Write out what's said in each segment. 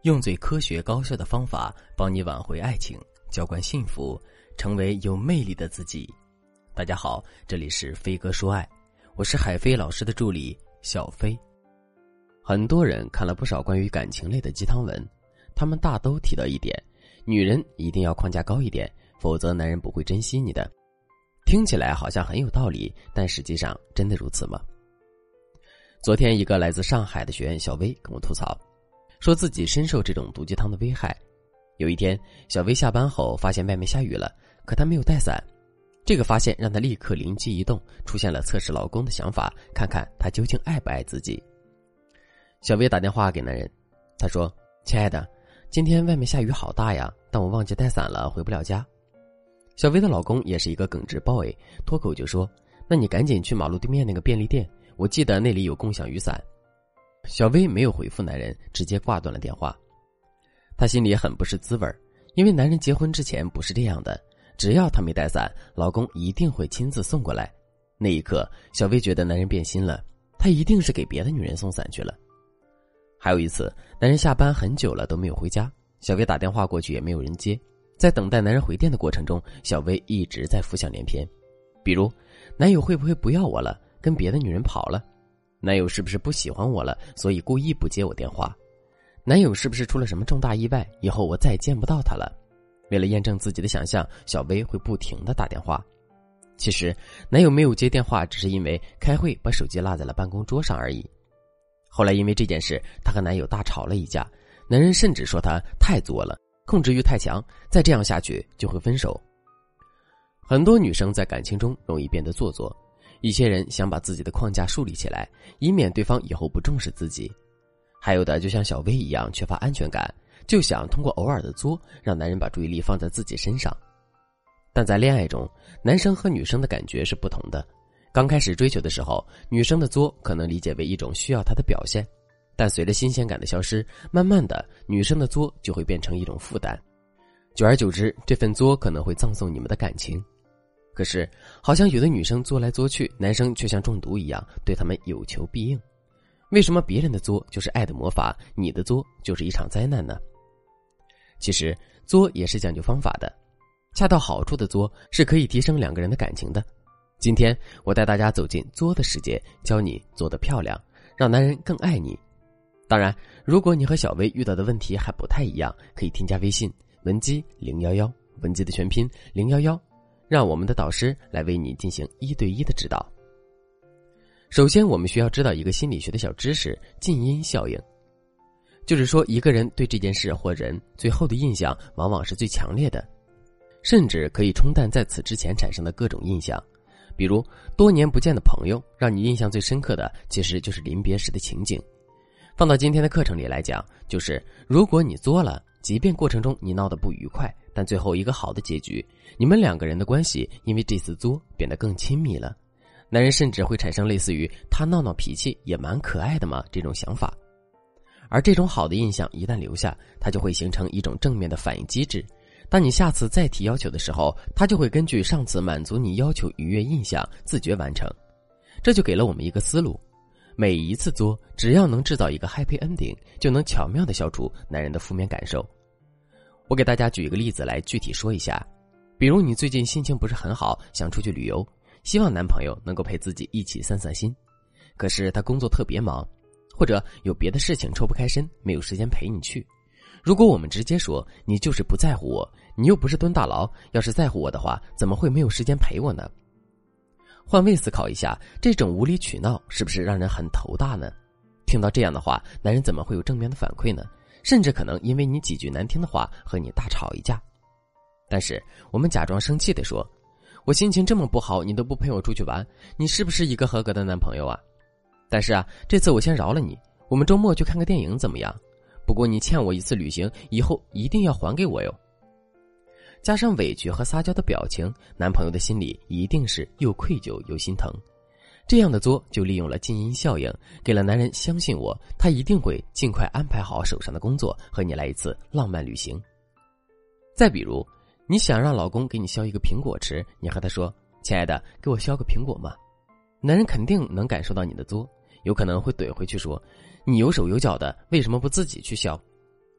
用最科学高效的方法帮你挽回爱情，浇灌幸福，成为有魅力的自己。大家好，这里是飞哥说爱，我是海飞老师的助理小飞。很多人看了不少关于感情类的鸡汤文，他们大都提到一点，女人一定要框架高一点，否则男人不会珍惜你的。听起来好像很有道理，但实际上真的如此吗？昨天一个来自上海的学员小薇跟我吐槽，说自己深受这种毒鸡汤的危害。有一天，小薇下班后发现外面下雨了，可她没有带伞。这个发现让她立刻灵机一动，出现了测试老公的想法，看看他究竟爱不爱自己。小薇打电话给男人，她说：“亲爱的，今天外面下雨好大呀，但我忘记带伞了，回不了家。”小薇的老公也是一个耿直 boy， 脱口就说：“那你赶紧去马路对面那个便利店，我记得那里有共享雨伞。”小薇没有回复男人，直接挂断了电话。她心里很不是滋味，因为男人结婚之前不是这样的，只要他没带伞，老公一定会亲自送过来。那一刻，小薇觉得男人变心了，他一定是给别的女人送伞去了。还有一次，男人下班很久了都没有回家，小薇打电话过去也没有人接。在等待男人回电的过程中，小薇一直在浮想联翩，比如男友会不会不要我了，跟别的女人跑了？男友是不是不喜欢我了，所以故意不接我电话？男友是不是出了什么重大意外，以后我再也见不到他了？为了验证自己的想象，小薇会不停地打电话。其实男友没有接电话，只是因为开会把手机落在了办公桌上而已。后来因为这件事，她和男友大吵了一架，男人甚至说她太作了，控制欲太强，再这样下去就会分手。很多女生在感情中容易变得做作，一些人想把自己的框架树立起来，以免对方以后不重视自己。还有的就像小薇一样缺乏安全感，就想通过偶尔的作让男人把注意力放在自己身上。但在恋爱中，男生和女生的感觉是不同的。刚开始追求的时候，女生的作可能理解为一种需要他的表现，但随着新鲜感的消失，慢慢的女生的作就会变成一种负担。久而久之，这份作可能会葬送你们的感情。可是好像有的女生作来作去，男生却像中毒一样对他们有求必应。为什么别人的作就是爱的魔法，你的作就是一场灾难呢？其实作也是讲究方法的，恰到好处的作是可以提升两个人的感情的。今天我带大家走进作的世界，教你做得漂亮，让男人更爱你。当然，如果你和小薇遇到的问题还不太一样，可以添加微信文姬011，文姬的全拼011，让我们的导师来为你进行1对1的指导。首先我们需要知道一个心理学的小知识，近因效应。就是说一个人对这件事或人最后的印象往往是最强烈的，甚至可以冲淡在此之前产生的各种印象。比如多年不见的朋友，让你印象最深刻的其实就是临别时的情景。放到今天的课程里来讲，就是如果你作了，即便过程中你闹得不愉快，但最后一个好的结局，你们两个人的关系因为这次作变得更亲密了。男人甚至会产生类似于他闹闹脾气也蛮可爱的嘛这种想法。而这种好的印象一旦留下，它就会形成一种正面的反应机制。当你下次再提要求的时候，他就会根据上次满足你要求愉悦印象自觉完成。这就给了我们一个思路，每一次作只要能制造一个 happy ending， 就能巧妙地消除男人的负面感受。我给大家举一个例子来具体说一下。比如你最近心情不是很好，想出去旅游，希望男朋友能够陪自己一起散散心，可是他工作特别忙，或者有别的事情抽不开身，没有时间陪你去。如果我们直接说你就是不在乎我，你又不是蹲大牢，要是在乎我的话，怎么会没有时间陪我呢？换位思考一下，这种无理取闹是不是让人很头大呢？听到这样的话，男人怎么会有正面的反馈呢？甚至可能因为你几句难听的话和你大吵一架。但是我们假装生气地说，我心情这么不好，你都不陪我出去玩，你是不是一个合格的男朋友啊？但是啊，这次我先饶了你，我们周末去看个电影怎么样？不过你欠我一次旅行，以后一定要还给我哟。加上委屈和撒娇的表情，男朋友的心里一定是又愧疚又心疼。这样的作就利用了近因效应，给了男人相信我，他一定会尽快安排好手上的工作，和你来一次浪漫旅行。再比如，你想让老公给你削一个苹果吃，你和他说，亲爱的，给我削个苹果嘛。男人肯定能感受到你的作，有可能会怼回去说，你有手有脚的，为什么不自己去削？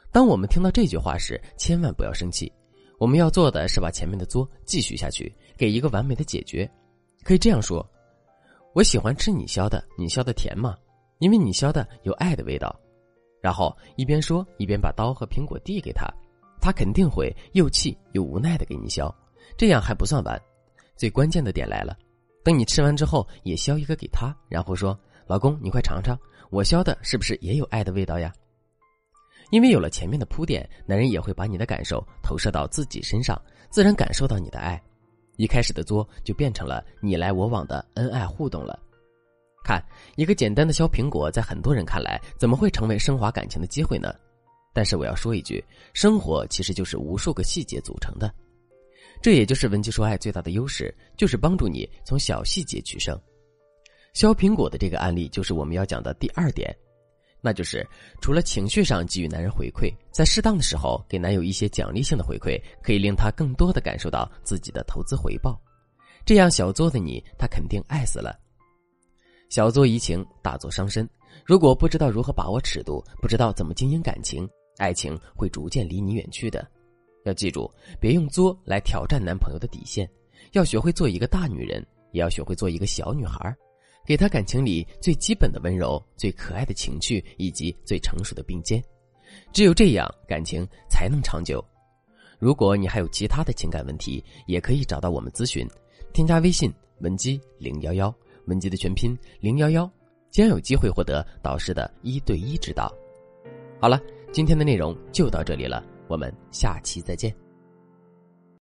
当我们听到这句话时，千万不要生气，我们要做的是把前面的作继续下去，给一个完美的解决。可以这样说，我喜欢吃你削的，你削的甜吗？因为你削的有爱的味道。然后一边说一边把刀和苹果递给他，他肯定会又气又无奈的给你削。这样还不算完，最关键的点来了，等你吃完之后也削一个给他，然后说，老公你快尝尝，我削的是不是也有爱的味道呀？因为有了前面的铺垫，男人也会把你的感受投射到自己身上，自然感受到你的爱。一开始的作就变成了你来我往的恩爱互动了。看，一个简单的削苹果，在很多人看来怎么会成为升华感情的机会呢？但是我要说一句，生活其实就是无数个细节组成的。这也就是文姬说爱最大的优势，就是帮助你从小细节取胜。削苹果的这个案例就是我们要讲的第二点，那就是除了情绪上给予男人回馈，在适当的时候给男友一些奖励性的回馈，可以令他更多的感受到自己的投资回报。这样小作的你，他肯定爱死了。小作怡情，大作伤身。如果不知道如何把握尺度，不知道怎么经营感情，爱情会逐渐离你远去的。要记住，别用作来挑战男朋友的底线，要学会做一个大女人，也要学会做一个小女孩，给他感情里最基本的温柔，最可爱的情趣，以及最成熟的并肩。只有这样，感情才能长久。如果你还有其他的情感问题，也可以找到我们咨询，添加微信文姬011，文姬的全拼011，将有机会获得导师的1对1指导。好了，今天的内容就到这里了，我们下期再见。